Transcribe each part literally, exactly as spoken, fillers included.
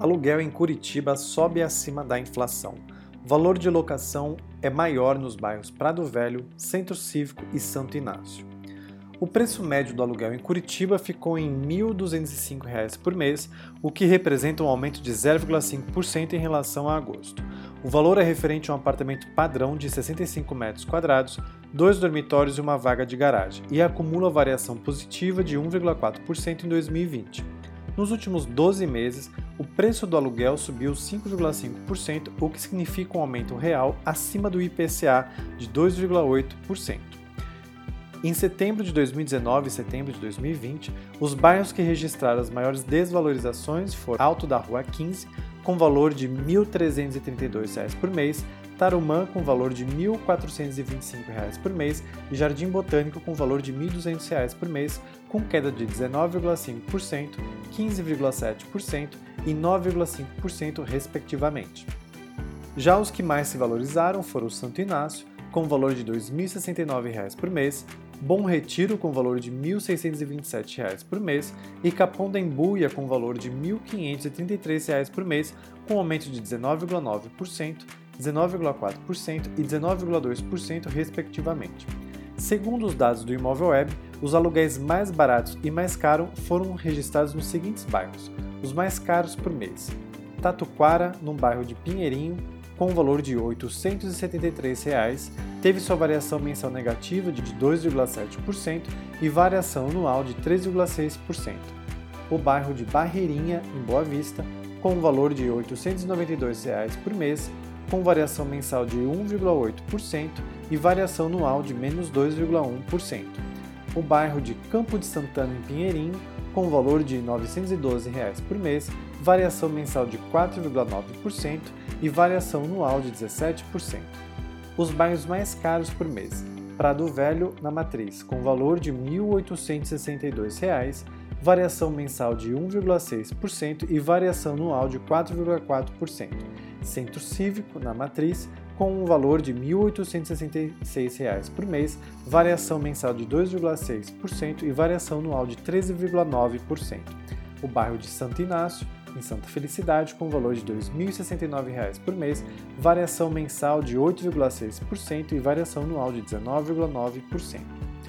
Aluguel em Curitiba sobe acima da inflação. O valor de locação é maior nos bairros Prado Velho, Centro Cívico e Santo Inácio. O preço médio do aluguel em Curitiba ficou em mil duzentos e cinco reais por mês, o que representa um aumento de zero vírgula cinco por cento em relação a agosto. O valor é referente a um apartamento padrão de sessenta e cinco metros quadrados, dois dormitórios e uma vaga de garagem, e acumula variação positiva de um vírgula quatro por cento em dois mil e vinte. Nos últimos doze meses, o preço do aluguel subiu cinco vírgula cinco por cento, o que significa um aumento real acima do I P C A de dois vírgula oito por cento. Em setembro de dois mil e dezenove e setembro de dois mil e vinte, os bairros que registraram as maiores desvalorizações foram Alto da Rua quinze, com valor de mil trezentos e trinta e dois reais por mês, Tarumã com valor de mil quatrocentos e vinte e cinco reais por mês e Jardim Botânico com valor de mil e duzentos reais por mês, com queda de dezenove vírgula cinco por cento, quinze vírgula sete por cento e nove vírgula cinco por cento respectivamente. Já os que mais se valorizaram foram Santo Inácio, com valor de dois mil e sessenta e nove reais por mês, Bom Retiro com valor de mil seiscentos e vinte e sete reais por mês e Capão da Embuia com valor de mil quinhentos e trinta e três reais por mês, com aumento de dezenove vírgula nove por cento, dezenove vírgula quatro por cento e dezenove vírgula dois por cento respectivamente. Segundo os dados do Imóvel Web, os aluguéis mais baratos e mais caros foram registrados nos seguintes bairros. Os mais caros por mês: Tatuquara, no bairro de Pinheirinho, com valor de oitocentos e setenta e três reais, teve sua variação mensal negativa de dois vírgula sete por cento e variação anual de três vírgula seis por cento. O bairro de Barreirinha, em Boa Vista, com valor de oitocentos e noventa e dois reais por mês, com variação mensal de um vírgula oito por cento e variação anual de menos dois vírgula um por cento. O bairro de Campo de Santana, em Pinheirinho, com valor de novecentos e doze reais por mês, variação mensal de quatro vírgula nove por cento e variação anual de dezessete por cento. Os bairros mais caros por mês: Prado Velho, na Matriz, com valor de mil oitocentos e sessenta e dois reais, variação mensal de um vírgula seis por cento e variação anual de quatro vírgula quatro por cento. Centro Cívico, na Matriz, com um valor de mil oitocentos e sessenta e seis reais por mês, variação mensal de dois vírgula seis por cento e variação anual de treze vírgula nove por cento. O bairro de Santo Inácio, em Santa Felicidade, com valor de dois mil e sessenta e nove reais por mês, variação mensal de oito vírgula seis por cento e variação anual de dezenove vírgula nove por cento.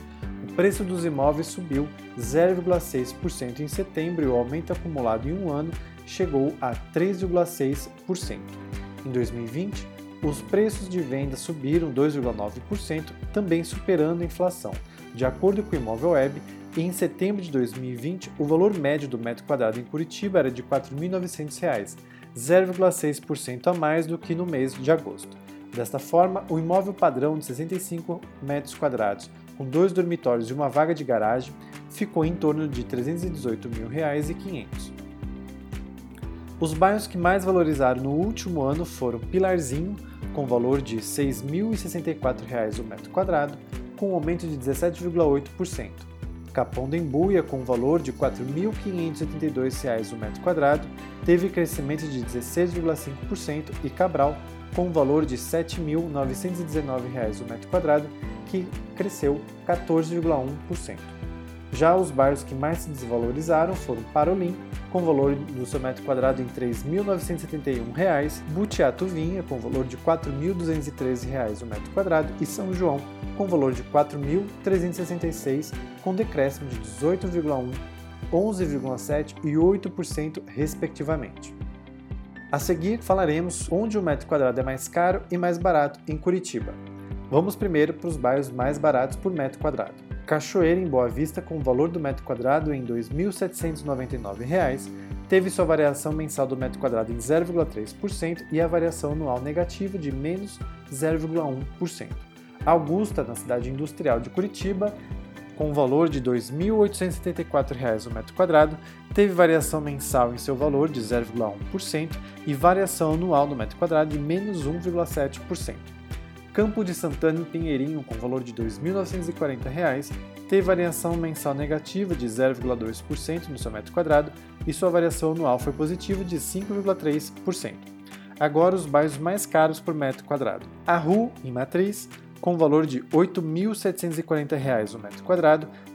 O preço dos imóveis subiu zero vírgula seis por cento em setembro e o aumento acumulado em um ano chegou a três vírgula seis por cento. Em dois mil e vinte, os preços de venda subiram dois vírgula nove por cento, também superando a inflação. De acordo com o Imóvel Web, em setembro de dois mil e vinte, o valor médio do metro quadrado em Curitiba era de quatro mil e novecentos reais, zero vírgula seis por cento a mais do que no mês de agosto. Desta forma, o imóvel padrão de sessenta e cinco metros quadrados, com dois dormitórios e uma vaga de garagem, ficou em torno de trezentos e dezoito mil reais e quinhentos. Os bairros que mais valorizaram no último ano foram Pilarzinho, com valor de seis mil e sessenta e quatro reais o metro quadrado, com um aumento de dezessete vírgula oito por cento. Capão da Embuia, com valor de quatro mil quinhentos e oitenta e dois reais o metro quadrado, teve crescimento de dezesseis vírgula cinco por cento e Cabral, com valor de sete mil novecentos e dezenove reais o metro quadrado, que cresceu quatorze vírgula um por cento. Já os bairros que mais se desvalorizaram foram Parolim, com valor do seu metro quadrado em três mil novecentos e setenta e um reais, Butiatuvinha, com valor de quatro mil duzentos e treze reais o metro quadrado, e São João, com valor de quatro mil trezentos e sessenta e seis reais, com decréscimo de dezoito vírgula um por cento, onze vírgula sete por cento e oito por cento, respectivamente. A seguir, falaremos onde o metro quadrado é mais caro e mais barato em Curitiba. Vamos primeiro para os bairros mais baratos por metro quadrado. Cachoeira, em Boa Vista, com o valor do metro quadrado em dois mil setecentos e noventa e nove reais, teve sua variação mensal do metro quadrado em zero vírgula três por cento e a variação anual negativa de menos zero vírgula um por cento. Augusta, na cidade industrial de Curitiba, com o valor de dois mil oitocentos e setenta e quatro reais o metro quadrado, teve variação mensal em seu valor de zero vírgula um por cento e variação anual do metro quadrado de menos um vírgula sete por cento. Campo de Santana, em Pinheirinho, com valor de dois mil novecentos e quarenta reais, teve variação mensal negativa de zero vírgula dois por cento no seu metro quadrado e sua variação anual foi positiva de cinco vírgula três por cento. Agora os bairros mais caros por metro quadrado. Arru, em Matriz, com valor de oito mil setecentos e quarenta reais o metro quadrado,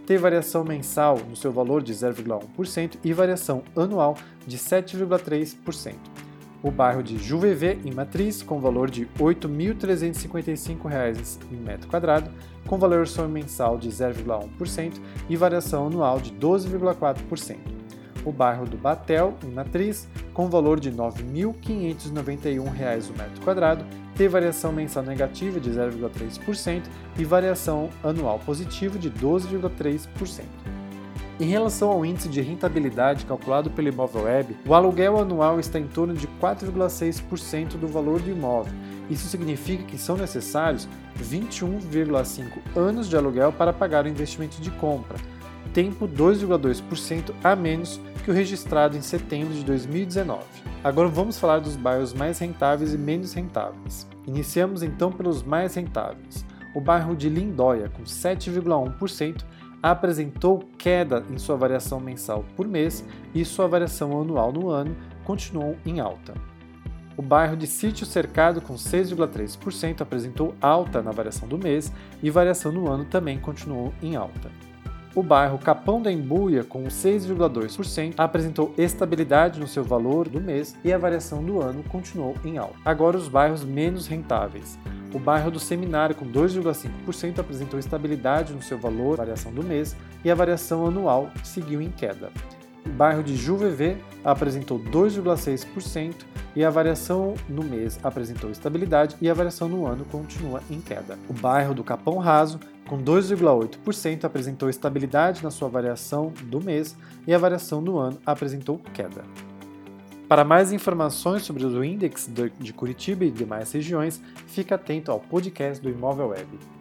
teve variação mensal no seu valor de zero vírgula um por cento e variação anual de sete vírgula três por cento. O bairro de Juvevê, em Matriz, com valor de oito mil trezentos e cinquenta e cinco reais em metro quadrado, com variação mensal de zero vírgula um por cento e variação anual de doze vírgula quatro por cento. O bairro do Batel, em Matriz, com valor de nove mil quinhentos e noventa e um reais o metro quadrado, teve variação mensal negativa de zero vírgula três por cento e variação anual positiva de doze vírgula três por cento. Em relação ao índice de rentabilidade calculado pelo Imóvel Web, o aluguel anual está em torno de quatro vírgula seis por cento do valor do imóvel. Isso significa que são necessários vinte e um vírgula cinco anos de aluguel para pagar o investimento de compra, tempo dois vírgula dois por cento a menos que o registrado em setembro de dois mil e dezenove. Agora vamos falar dos bairros mais rentáveis e menos rentáveis. Iniciamos então pelos mais rentáveis. O bairro de Lindóia, com sete vírgula um por cento, apresentou queda em sua variação mensal por mês e sua variação anual no ano continuou em alta. O bairro de Sítio Cercado, com seis vírgula três por cento, apresentou alta na variação do mês e variação no ano também continuou em alta. O bairro Capão da Embuia, com seis vírgula dois por cento, apresentou estabilidade no seu valor do mês e a variação do ano continuou em alta. Agora os bairros menos rentáveis. O bairro do Seminário, com dois vírgula cinco por cento, apresentou estabilidade no seu valor, variação do mês, e a variação anual seguiu em queda. O bairro de Juvevê apresentou dois vírgula seis por cento e a variação no mês apresentou estabilidade e a variação no ano continua em queda. O bairro do Capão Raso, com dois vírgula oito por cento, apresentou estabilidade na sua variação do mês e a variação no ano apresentou queda. Para mais informações sobre o índice de Curitiba e demais regiões, fique atento ao podcast do Imóvel Web.